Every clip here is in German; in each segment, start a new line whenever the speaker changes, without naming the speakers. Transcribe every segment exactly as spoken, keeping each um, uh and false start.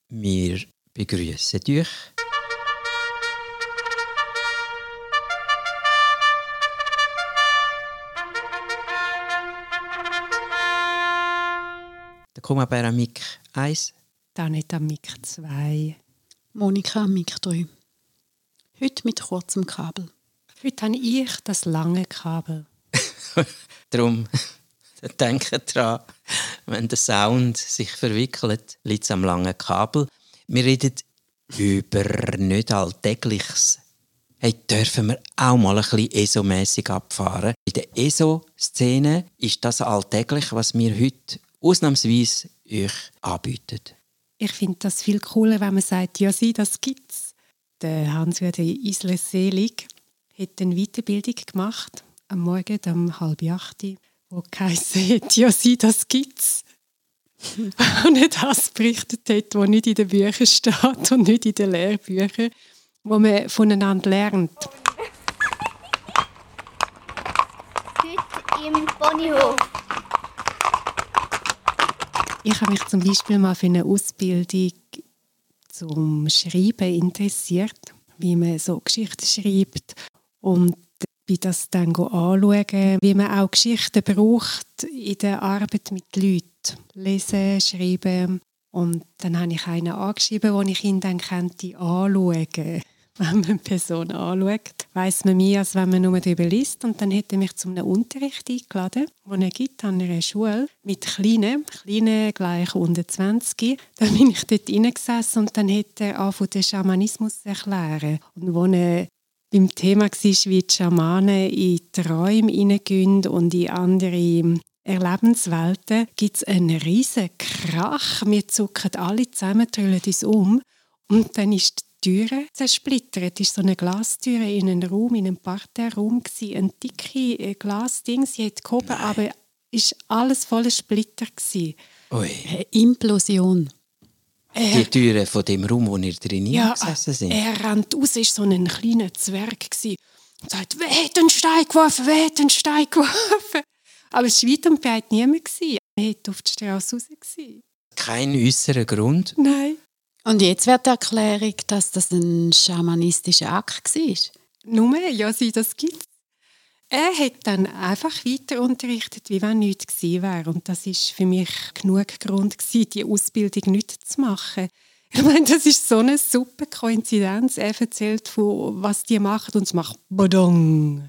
Wir begrüßen euch. Da kommen wir am Mic eins.
Danette am Mic zwei.
Monika am Mic drei. Heute mit kurzem Kabel.
Heute habe ich das lange Kabel.
Darum denkt dran, wenn der Sound sich verwickelt, liegt es am langen Kabel. Wir reden über nicht Alltägliches. Hey, dürfen wir auch mal ein bisschen E S O-mässig abfahren? In der E S O-Szene ist das alltäglich, was wir heute ausnahmsweise euch anbieten.
Ich finde das viel cooler, wenn man sagt, ja, sie, das gibt's. Der Hans-Jürgen Isler Selig hat eine Weiterbildung gemacht, am Morgen um halb acht, wo geheißen hat, ja, sie, das gibt's. Und nicht das berichtet hat, was nicht in den Büchern steht und nicht in den Lehrbüchern, wo man voneinander lernt.
Heute im Ponyhof.
Ich habe mich zum Beispiel mal für eine Ausbildung zum Schreiben interessiert, wie man so Geschichten schreibt. Und bin das dann anschauen, wie man auch Geschichten braucht in der Arbeit mit Leuten. Lesen, schreiben. Und dann habe ich einen angeschrieben, den ich ihn dann könnte anschauen könnte. Wenn man eine Person anschaut, weiss man mehr, als wenn man nur darüber liest. Und dann hat er mich zu einem Unterricht eingeladen, den er gibt an einer Schule mit Kleinen, Kleinen gleich unter zwanzig. Dann bin ich dort reingesessen und dann hat er angefangen, den Schamanismus zu erklären. Und wo er beim Thema war, wie die Schamanen in Träume hineingehen und in andere Erlebenswelten, gibt es einen riesen Krach. Wir zucken alle zusammen, drüllen uns um. Und dann ist die Türe zersplittert. Es war so eine Glastüre in einem Raum, in einem Parterraum. Ein dicke Glasding. Sie hat gehoben, Nein. aber es war alles voller Splitter.
Ui.
Eine Implosion.
Er, die Türe von dem Raum, wo ihr drin
ja,
gesessen sind?
Er rennt raus, es war so ein kleiner Zwerg. Und sagt, wer hat einen Stein geworfen, wer hat einen Stein geworfen? Aber es war weit und breit niemand. Er war auf die Straße raus.
Kein äusserer Grund?
Nein.
Und jetzt wird die Erklärung, dass das ein schamanistischer Akt war?
Nur, ja, sie, das gibt es. Er hat dann einfach weiter unterrichtet, wie wenn nichts gewesen wäre. Und das war für mich genug Grund gewesen, die Ausbildung nicht zu machen. Ich meine, das ist so eine super Koinzidenz. Er erzählt, von was die machen und es macht Badong.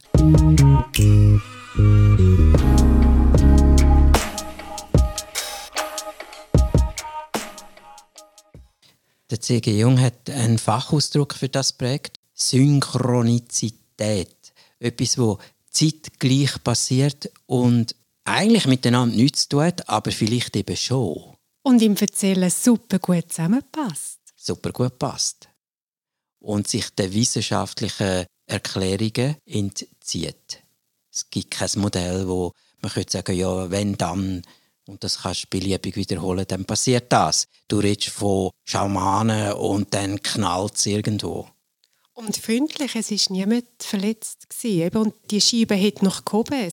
Der C G Jung hat einen Fachausdruck für das geprägt. Synchronizität. Etwas, das zeitgleich passiert und eigentlich miteinander nichts zu tun, aber vielleicht eben schon.
Und im Erzählen super gut zusammenpasst.
Super gut passt. Und sich den wissenschaftlichen Erklärungen entzieht. Es gibt kein Modell, wo man könnte sagen, ja, wenn dann, und das kannst du beliebig wiederholen, dann passiert das. Du redest von Schamanen und dann knallt es irgendwo.
Und freundlich, es war niemand verletzt. Und die Scheibe hat noch gehoben.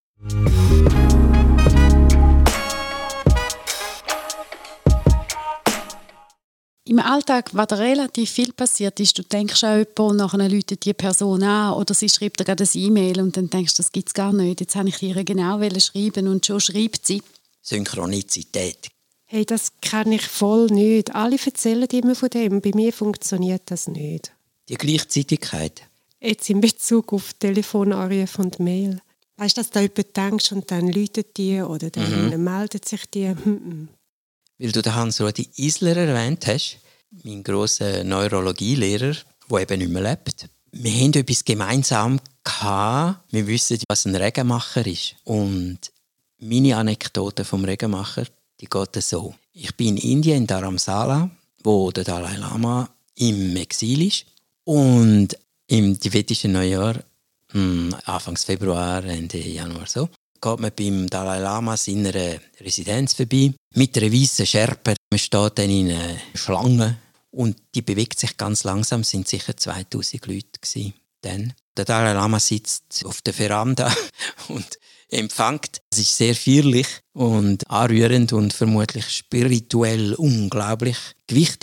Im Alltag, was relativ viel passiert ist, du denkst an jemanden und nachher läutet die Person an oder sie schreibt dir gerade ein E-Mail und dann denkst du, das gibt es gar nicht. Jetzt wollte ich ihr genau schreiben und schon schreibt sie.
Synchronizität.
Hey, das kenne ich voll nicht. Alle erzählen immer von dem. Bei mir funktioniert das nicht.
Die Gleichzeitigkeit.
Jetzt in Bezug auf Telefonanrufe und Mail. Weißt du, dass du jemand denkst und dann läutet die oder dann mhm. meldet sich die. Hm.
Weil du den Hans-Rudi Isler erwähnt hast, mein grosser Neurologielehrer, der eben nicht mehr lebt. Wir haben etwas gemeinsam gehabt. Wir wissen, was ein Regenmacher ist. Und meine Anekdote vom Regenmacher, die geht so. Ich bin in Indien, in Dharamsala, wo der Dalai Lama im Exil ist. Und im tibetischen Neujahr, Anfang Februar, Ende Januar so, geht man beim Dalai Lama seiner Residenz vorbei mit einer weißen Schärpe. Man steht dann in einer Schlange und die bewegt sich ganz langsam. Es sind sicher zweitausend Leute gewesen. Dann der Dalai Lama sitzt auf der Veranda und empfängt. Es ist sehr feierlich und anrührend und vermutlich spirituell unglaublich gewichtig.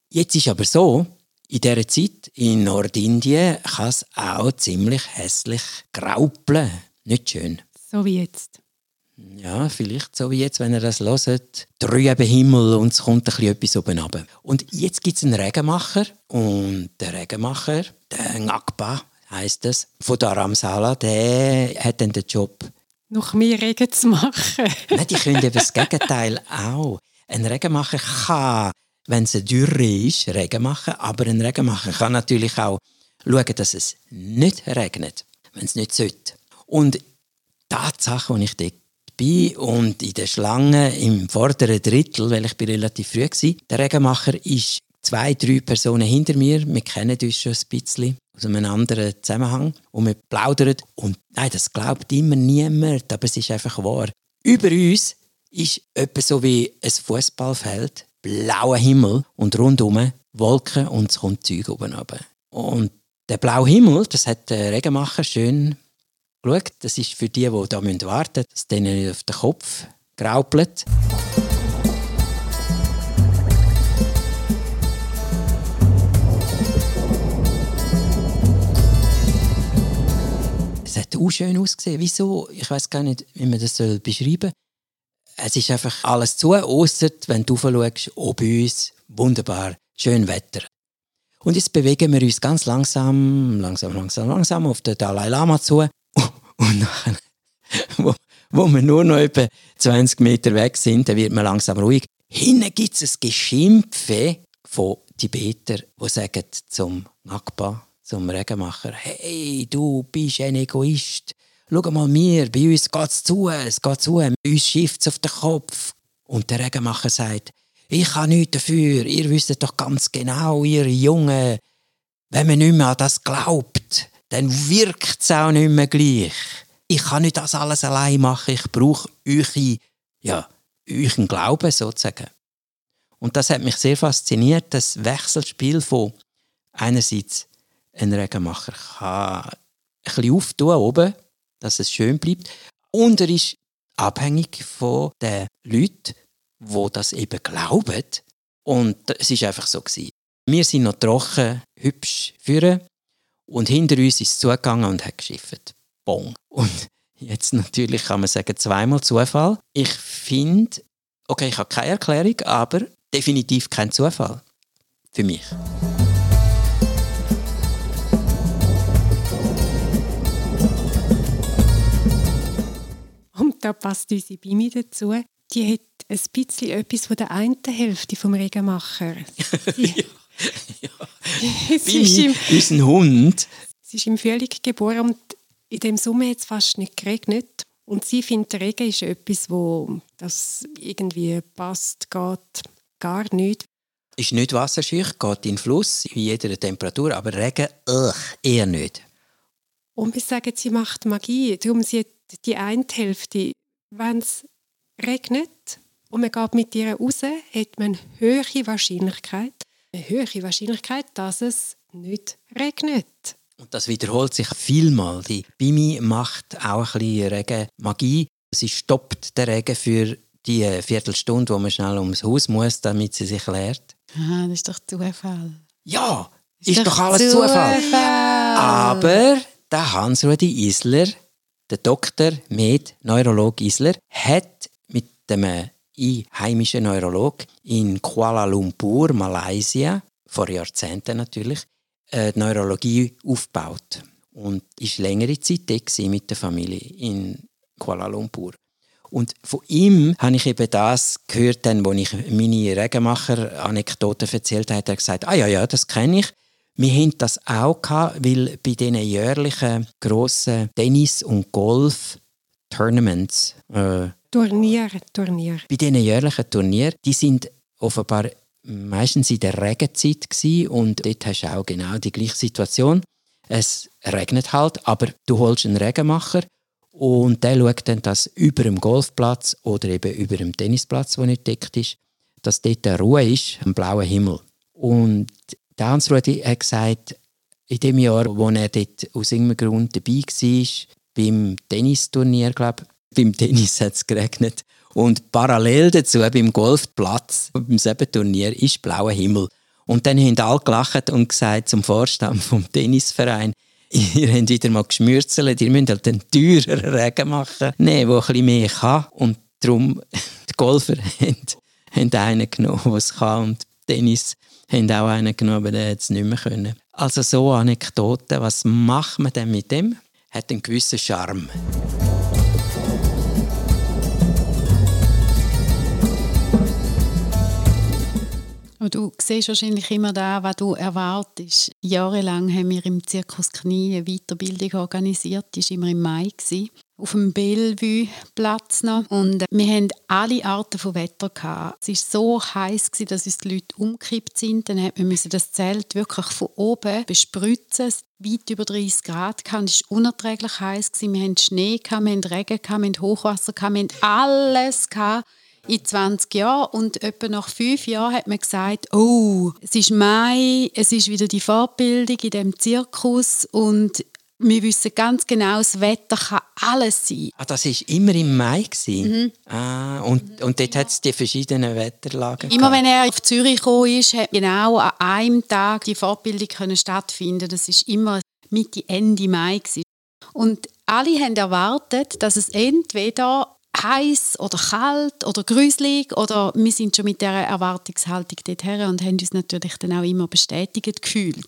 Jetzt ist aber so, in dieser Zeit in Nordindien kann es auch ziemlich hässlich graupeln. Nicht schön.
So wie jetzt.
Ja, vielleicht so wie jetzt, wenn ihr das hört. Trüber Himmel und es kommt ein bisschen etwas oben runter. Und jetzt gibt es einen Regenmacher. Und der Regenmacher, der Ngakba heisst es, von Dharamsala, der hat dann den Job.
Noch mehr Regen zu machen.
Nein, die können eben das Gegenteil auch. Ein Regenmacher kann, wenn es eine Dürre ist, Regen machen. Aber ein Regenmacher kann natürlich auch schauen, dass es nicht regnet, wenn es nicht sollte. Und die Tatsache, als ich dort bin und in der Schlange im vorderen Drittel, weil ich bin relativ früh war, der Regenmacher ist zwei, drei Personen hinter mir. Wir kennen uns schon ein bisschen aus einem anderen Zusammenhang. Und wir plaudern. Und nein, das glaubt immer niemand, aber es ist einfach wahr. Über uns ist etwas so wie ein Fußballfeld, blauer Himmel und rundum Wolken und es kommt Zeug oben runter. Und der blaue Himmel, das hat der Regenmacher schön geschaut. Das ist für die, die hier warten müssen, dass es denen nicht auf den Kopf graupelt. Es hat auch schön ausgesehen. Wieso? Ich weiss gar nicht, wie man das beschreiben soll. Es ist einfach alles zu, ausser wenn du schaust, auch bei uns, wunderbar, schön Wetter. Und jetzt bewegen wir uns ganz langsam, langsam, langsam, langsam auf den Dalai Lama zu. Und nachher, wo, wo wir nur noch etwa zwanzig Meter weg sind, dann wird man langsam ruhig. Hinten gibt es ein Geschimpfe von Tibetern, die sagen zum Ngakba, zum Regenmacher, «Hey, du bist ein Egoist. Schau mal mir, bei uns geht es zu, es geht zu, bei uns schifft es auf den Kopf.» Und der Regenmacher sagt, «Ich kann nichts dafür, ihr wisst doch ganz genau, ihr Jungen, wenn man nicht mehr an das glaubt, dann wirkt es auch nicht mehr gleich. Ich kann nicht das alles allein machen, ich brauche euch, ja, euren Glauben sozusagen.» Und das hat mich sehr fasziniert, das Wechselspiel von einerseits ein Regenmacher kann ein bisschen auftun oben, dass es schön bleibt. Und er ist abhängig von den Leuten, die das eben glauben. Und es war einfach so gewesen. Wir sind noch trocken, hübsch führen und hinter uns ist es zugegangen und hat geschifft. Bong. Und jetzt natürlich kann man sagen, zweimal Zufall. Ich finde, okay, ich habe keine Erklärung, aber definitiv kein Zufall. Für mich.
Und da passt unsere Bimi dazu. Die hat ein bisschen etwas von der einen Hälfte vom Regenmacher. Sie,
ja, ja. Bimi, unser Hund.
Sie ist im Frühling geboren und in dem Sommer hat es fast nicht geregnet. Und sie findet, der Regen ist etwas, wo das irgendwie passt, geht gar nicht.
Ist nicht wasserscheu, geht in den Fluss, in jeder Temperatur, aber Regen ugh, eher nicht.
Und wir sagen, sie macht Magie. Darum sie hat die eine Hälfte, wenn es regnet und man geht mit ihr raus, hat man eine hohe Wahrscheinlichkeit, eine hohe Wahrscheinlichkeit, dass es nicht regnet.
Und das wiederholt sich vielmal. Die Bimi macht auch ein bisschen Regenmagie. Sie stoppt den Regen für die Viertelstunde, wo man schnell ums Haus muss, damit sie sich leert.
Aha, das ist doch Zufall.
Ja, ist, ist doch, doch alles Zufall. Zufall. Aber der Hans-Rudi Isler, der Doktor Med, Neurolog Isler, hat mit dem einheimischen Neurolog in Kuala Lumpur, Malaysia, vor Jahrzehnten natürlich, die Neurologie aufgebaut. Und war längere Zeit dort mit der Familie in Kuala Lumpur. Und von ihm habe ich eben das gehört, dann, als ich meine Regenmacher-Anekdote erzählt habe, hat er gesagt, ah ja, ja, das kenne ich. Wir hatten das auch gehabt, weil bei diesen jährlichen grossen Tennis- und Golf-Tournaments, äh,
Turniere, Turnier.
bei diesen jährlichen Turnieren, die sind offenbar meistens in der Regenzeit gewesen, und dort hast du auch genau die gleiche Situation. Es regnet halt, aber du holst einen Regenmacher und der schaut dann, dass über dem Golfplatz oder eben über dem Tennisplatz, der nicht deckt ist, dass dort eine Ruhe ist, ein blauer Himmel. Und der Hans-Rudi hat gesagt, in dem Jahr, wo er dort aus irgendeinem Grund dabei war, beim Tennisturnier, glaube ich, beim Tennis hat es geregnet. Und parallel dazu, beim Golfplatz, beim selben Turnier, ist blauer Himmel. Und dann haben alle gelacht und gesagt zum Vorstand vom Tennisverein, ihr habt wieder mal geschmürzelt, ihr müsst halt einen teureren Regen machen, nee, der ein bisschen mehr kann. Und darum, die Golfer haben, haben einen genommen, der es kann. Und die Tennis haben auch einen genommen, aber der hat es nicht mehr können. Also so Anekdoten, was macht man denn mit dem? Hat einen gewissen Charme.
Und du siehst wahrscheinlich immer da, was du erwartest. Jahrelang haben wir im Zirkus Knie eine Weiterbildung organisiert. Die war immer im Mai, auf dem Bellevue-Platz noch. Und wir hatten alle Arten von Wetter gehabt. Es war so heiß, dass uns die Leute umgekippt sind. Dann mussten wir das Zelt wirklich von oben bespritzen. Es war weit über dreißig Grad und es war unerträglich heiß. Wir hatten Schnee, wir hatten Regen, wir hatten Hochwasser, wir hatten alles gehabt. In zwanzig Jahren und etwa nach fünf Jahren hat man gesagt, oh, es ist Mai, es ist wieder die Fortbildung in diesem Zirkus und wir wissen ganz genau, das Wetter kann alles sein.
Ah, das war immer im Mai?
Mhm.
Ah, und, und dort hat es die verschiedenen Wetterlagen
Immer
gehabt.
wenn er auf Zürich gekommen ist, hat genau an einem Tag die Fortbildung können stattfinden. Das war immer Mitte, Ende Mai gewesen. Und alle haben erwartet, dass es entweder heiß oder kalt oder gruselig oder wir sind schon mit dieser Erwartungshaltung dorthin und haben uns natürlich dann auch immer bestätigt gefühlt.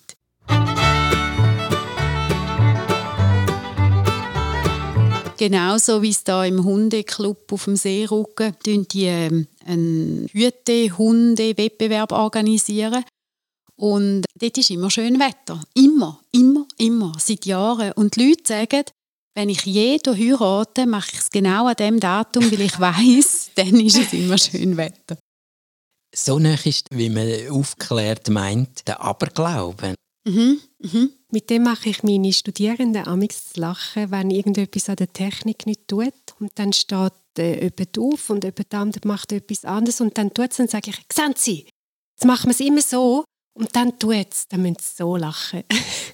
Genauso wie es da im Hundeclub auf dem Seerücken die ähm, einen Hüte-Hunde-Wettbewerb organisieren. Und dort ist immer schön Wetter. Immer, immer, immer, seit Jahren. Und die Leute sagen, wenn ich jeden heirate, mache ich es genau an dem Datum, weil ich weiss, dann ist es immer schön Wetter.
So nah ist, wie man aufklärt meint, der Aberglauben.
Mhm, mhm.
Mit dem mache ich meine Studierenden amigs lachen, wenn irgendetwas an der Technik nicht tut. Und dann steht äh, jemand auf und jemand anderes macht etwas anderes. Und dann tut es, dann sage ich, «Sehen Sie, jetzt machen wir es immer so.» Und dann tut es, dann müssen sie so lachen.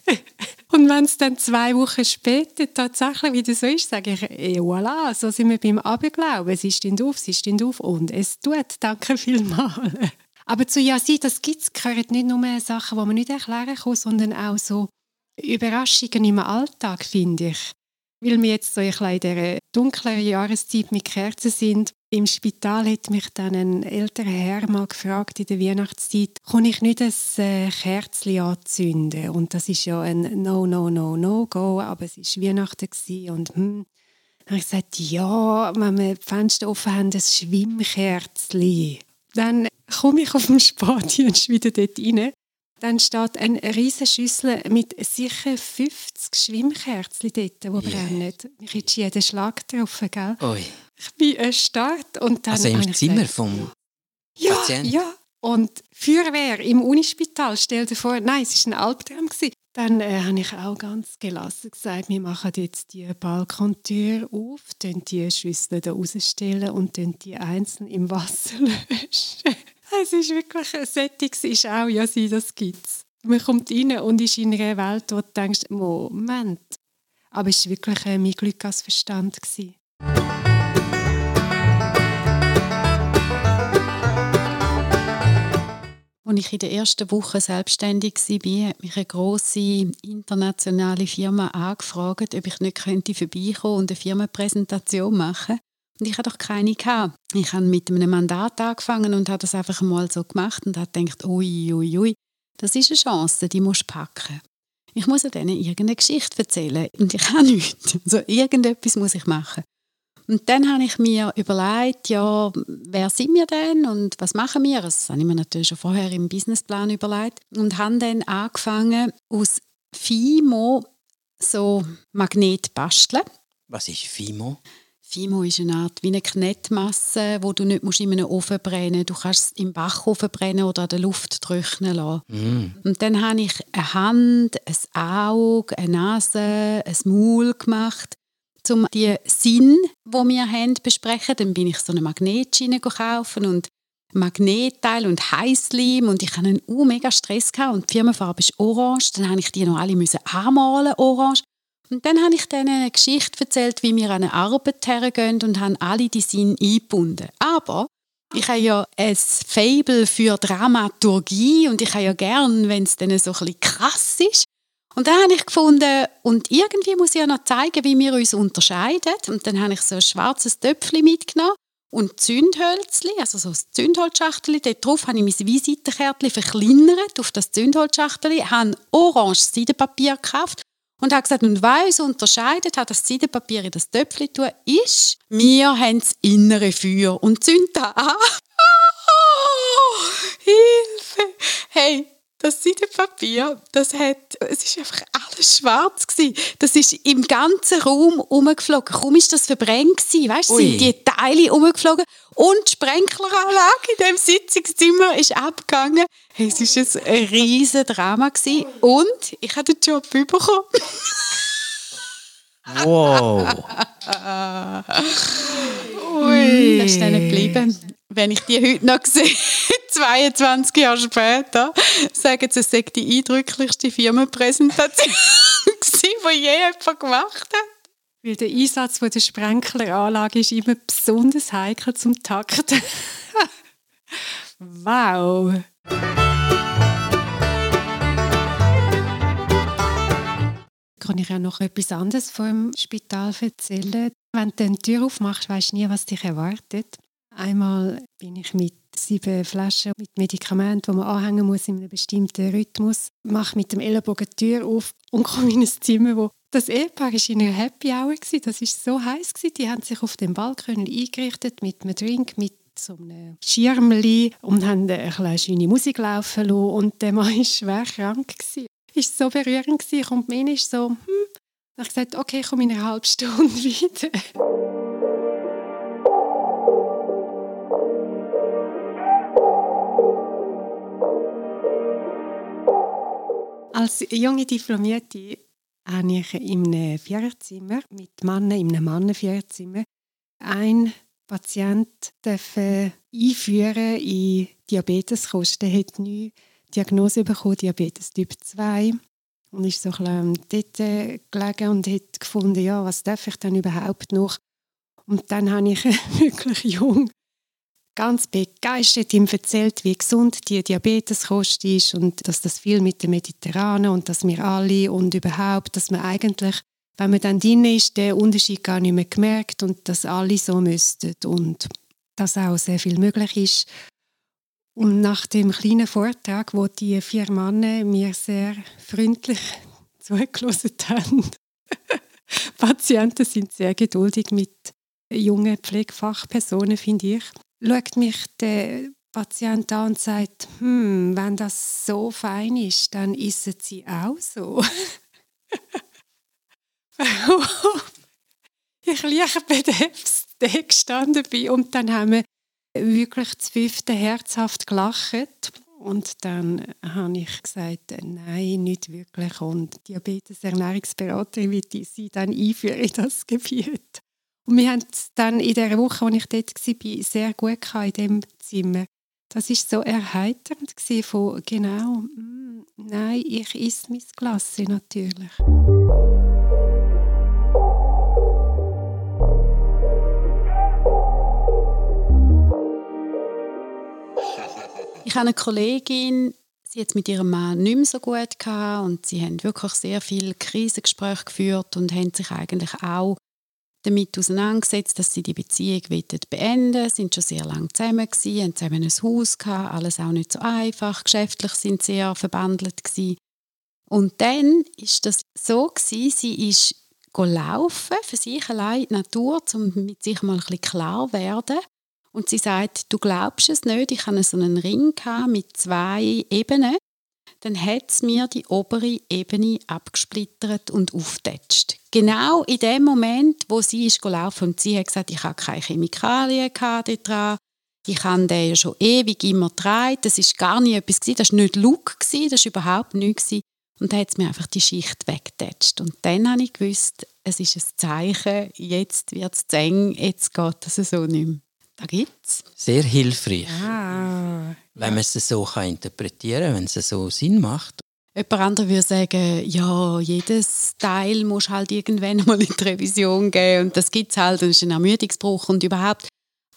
Und wenn es dann zwei Wochen später tatsächlich wieder so ist, sage ich, eh, voilà, so sind wir beim Aberglauben. Sie stehen auf, sie stehen auf und es tut. Danke vielmals. Aber zu «Ja, sie, das gibt es», gehören nicht nur Sachen, die man nicht erklären kann, sondern auch so Überraschungen im Alltag, finde ich. Weil wir jetzt so ein bisschen in dieser dunkleren Jahreszeit mit Kerzen sind. Im Spital hat mich dann ein älterer Herr mal gefragt in der Weihnachtszeit, kann ich nicht ein äh, Kerzchen anzünden? Und das ist ja ein No, No, No, No-Go, aber es war Weihnachten und hm. Dann habe ich gesagt, ja, wenn wir die Fenster offen haben, ein Schwimmkerzchen. Dann komme ich auf dem Spardienst wieder dort rein. Dann steht eine riesige Schüssel mit sicher fünfzig Schwimmkerzchen dort, die yeah. brennen. Ich habe jeden Schlag getroffen, gell?
Ui.
Ich bin erstarrt. Und dann
also im Zimmer
gesagt,
vom
ja,
Patienten?
Ja, und Feuerwehr im Unispital, stell dir vor, nein, es war ein Albtraum. Dann äh, habe ich auch ganz gelassen gesagt, wir machen jetzt die Balkontür auf, dann die Schüssel da rausstellen und dann die einzeln im Wasser löschen. Es ist wirklich ein Setting, ist auch, ja, sie, das gibt's. Man kommt rein und ist in einer Welt, wo du denkst, Moment. Aber es war wirklich äh, mein Glück als Verstand. Gewesen.
Als ich in der ersten Woche selbstständig war, hat mich eine grosse internationale Firma angefragt, ob ich nicht könnte vorbeikommen und eine Firmenpräsentation machen. Und ich hatte doch keine gehabt. Ich habe mit einem Mandat angefangen und habe das einfach mal so gemacht und habe gedacht, ui, ui, ui, das ist eine Chance, die musst du packen. Ich muss denen irgendeine Geschichte erzählen und ich habe nichts. Also irgendetwas muss ich machen. Und dann habe ich mir überlegt, ja, wer sind wir denn und was machen wir? Das habe ich mir natürlich schon vorher im Businessplan überlegt. Und habe dann angefangen, aus Fimo so Magnet basteln.
Was ist Fimo?
Fimo ist eine Art wie eine Knettmasse, die du nicht in einem Ofen brennen musst. Du kannst es im Backofen brennen oder an der Luft trocknen lassen. Mm. Und dann habe ich eine Hand, ein Auge, eine Nase, ein Maul gemacht, um die Sinne, die wir haben, zu besprechen. Dann bin ich so eine Magnetschiene kaufen und Magnetteil und Heißleim und ich hatte einen uh, mega Stress gehabt und die Firmenfarbe ist orange. Dann musste ich die noch alle anmalen, orange. Und dann habe ich denen eine Geschichte erzählt, wie wir an eine Arbeit hergehen und haben alle die Sinne eingebunden. Aber Ich habe ja ein Faible für Dramaturgie und ich habe ja gern, wenn es dann so ein bisschen krass ist. Und dann habe ich gefunden, und irgendwie muss ich ja noch zeigen, wie wir uns unterscheiden. Und dann habe ich so ein schwarzes Töpfchen mitgenommen und Zündhölzchen, also so ein Zündholzschachtel. Dort drauf habe ich mein Visitenkärtchen verkleinert auf das Zündholzschachtel, habe orange Seidenpapier gekauft und habe gesagt, und was uns unterscheidet, hat das Seidenpapier in das Töpfchen tun, ist, wir haben das innere Feuer und zünden da an. Oh, Hilfe! Hey, das Seidenpapier, das hat, es ist einfach alles schwarz gewesen. Das ist im ganzen Raum rumgeflogen. Kaum ist das verbrennt gewesen, weißt, sind die Teile rumgeflogen und die Sprenkleranlage in dem Sitzungszimmer ist abgegangen. Hey, es war ein riesen Drama gewesen. Und ich habe den Job bekommen.
Wow!
Ui, das ist dann geblieben. Wenn ich die heute noch sehe, zweiundzwanzig Jahre später, sagen sie, es sei die eindrücklichste Firmenpräsentation, die je jemand gemacht hat.
Weil der Einsatz von der Sprenkleranlage ist immer besonders heikel zum Takten. Wow! Kann ich ja noch etwas anderes vom Spital erzählen. Wenn du die Tür aufmachst, weisst du nie, was dich erwartet. Einmal bin ich mit sieben Flaschen mit Medikamenten, die man anhängen muss in einem bestimmten Rhythmus, mache mit dem Ellenbogen die Tür auf und komme in ein Zimmer, wo das Ehepaar war in einer Happy Hour. Das war so heiß. Die haben sich auf dem Balkon eingerichtet mit einem Drink, mit so einem Schirmli und haben eine kleine schöne Musik laufen lassen. Und der Mann war schwer krank. Es war so berührend. Ich komme rein, ist so, hm. Ich habe gesagt, okay, ich komme in einer halben Stunde wieder. Als junge Diplomierte habe ich in einem Viererzimmer mit Männern, in einem Mannenviererzimmer, einen Patienten einführen in Diabeteskost. Der hat eine Diagnose bekommen, Diabetes Typ zwei. Und ist so ein bisschen dort gelegen und hat gefunden, ja, was darf ich denn überhaupt noch? Und dann habe ich wirklich jung, ganz begeistert ihm erzählt, wie gesund die Diabeteskost ist und dass das viel mit dem Mediterranen und dass wir alle und überhaupt, dass man eigentlich, wenn man dann drin ist, den Unterschied gar nicht mehr gemerkt und dass alle so müssten und dass auch sehr viel möglich ist. Und nach dem kleinen Vortrag, wo die vier Männer mir sehr freundlich zugehört haben, Patienten sind sehr geduldig mit jungen Pflegefachpersonen, finde ich, schaut mich der Patient an und sagt, hm, wenn das so fein ist, dann essen sie auch so. ich liege bei dem gestanden bin und dann haben wir wirklich das fünfte herzhaft gelacht. Und dann habe ich gesagt, nein, nicht wirklich. Und Diabetes-Ernährungsberaterin würde sie dann einführen in das Gebiet. Und wir haben es dann in der Woche, als ich dort war, sehr gut in diesem Zimmer. Das war so erheiternd von, genau, mm, nein, ich esse mein Glas natürlich.
Ich habe eine Kollegin, sie hat es mit ihrem Mann nicht mehr so gut gehabt und sie haben wirklich sehr viele Krisengespräche geführt und haben sich eigentlich auch damit auseinandergesetzt, dass sie die Beziehung beenden wollen. Sie sind schon sehr lange zusammen gewesen, haben zusammen ein Haus gehabt, alles auch nicht so einfach, geschäftlich sind sie sehr verbandelt gewesen. Und dann ist das so gewesen, sie ist laufen für sich allein in die Natur, um mit sich mal ein bisschen klar zu werden. Und sie sagt, du glaubst es nicht, ich hatte so einen Ring mit zwei Ebenen. Dann hat es mir die obere Ebene abgesplittert und aufgetatscht. Genau in dem Moment, wo sie ist gelaufen und sie hat gesagt, ich habe keine Chemikalien dort dran, ich habe den ja schon ewig immer getragen, das war gar nicht etwas, das war nicht Look, das war überhaupt nichts. Und dann hat es mir einfach die Schicht weggetatscht. Und dann habe ich gewusst, es ist ein Zeichen, jetzt wird es zu eng, jetzt geht es so nicht mehr. Da gibt's.
Sehr hilfreich.
Ah,
wenn man es so kann interpretieren kann, wenn es so Sinn macht.
Jemand anderes würde sagen, ja, jedes Teil muss halt irgendwann mal in die Revision gehen und das gibt es halt, das ist ein Ermüdungsbruch und überhaupt.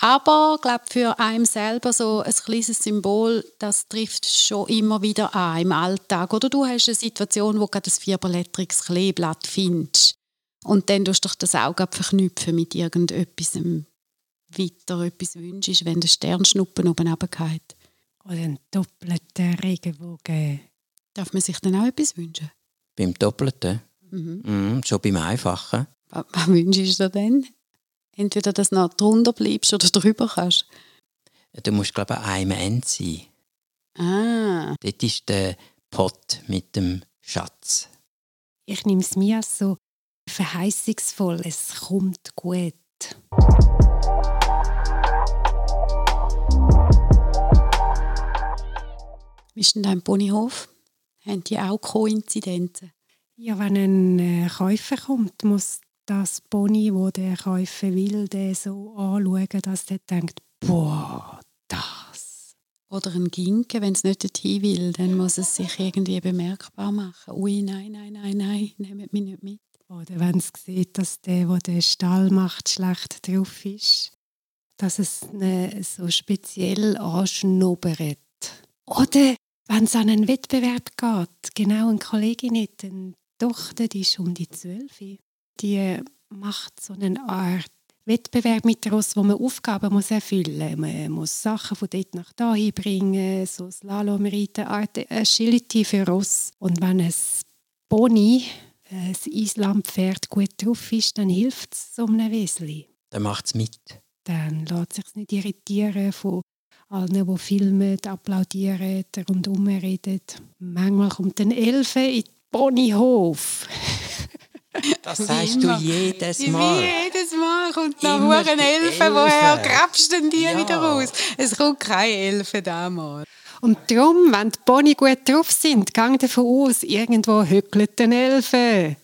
Aber ich glaube, für einen selber so ein kleines Symbol, das trifft schon immer wieder an im Alltag. Oder du hast eine Situation, wo du gerade ein vierblättriges Kleeblatt findest. Und dann tust du doch das Auge verknüpfen mit irgendetwas weiter, etwas wünschst, wenn der Sternschnuppen oben runterfällt.
Oder einen doppelten Regenbogen.
Darf man sich dann auch etwas wünschen?
Beim Doppelten?
Mhm.
Mm, schon beim Einfachen.
Was, was wünschst du denn? Entweder, dass du noch drunter bleibst oder drüber kannst.
Du musst, glaube ich, an einem Ende sein.
Ah.
Dort ist der Pott mit dem Schatz.
Ich nehme es mir als so verheißungsvoll. Es kommt gut.
Wie ist denn dein Ponyhof? Haben die auch Koinzidenzen?
Ja, wenn ein äh, Käufer kommt, muss das Pony, wo der Käufer will, der so anschauen, dass der denkt, boah, das.
Oder ein Ginke, wenn es nicht dorthin will, dann muss es sich irgendwie bemerkbar machen. Ui, nein, nein, nein, nein, nehmt mich nicht mit.
Oder wenn es sieht, dass der, der den Stall macht, schlecht drauf ist, dass es ihn so speziell anschnuppert. Oder wenn es an einen Wettbewerb geht, genau eine Kollegin hat, eine Tochter, die ist um die zwölf. Die macht so eine Art Wettbewerb mit Ross, wo man Aufgaben muss erfüllen muss. Man muss Sachen von dort nach da bringen, so Slalomreiten, Art Agility für Ross. Und wenn ein Pony, ein Islandpferd, gut drauf ist, dann hilft es so einem Weseli.
Dann macht es mit.
Dann lässt sich nicht irritieren von allen, die filmen, applaudieren, rundherum reden. Manchmal kommt ein Elfe in den Ponyhof.
Das sagst du jedes Mal.
Wie jedes Mal kommt noch
Immer
ein
die
Elfe.
Elfe.
Woher grabst du denn die
Ja.
wieder raus? Es kommt keine Elfe damals.
Und darum, wenn die Pony gut drauf sind, gang davon aus, irgendwo hückelt ein Elfe.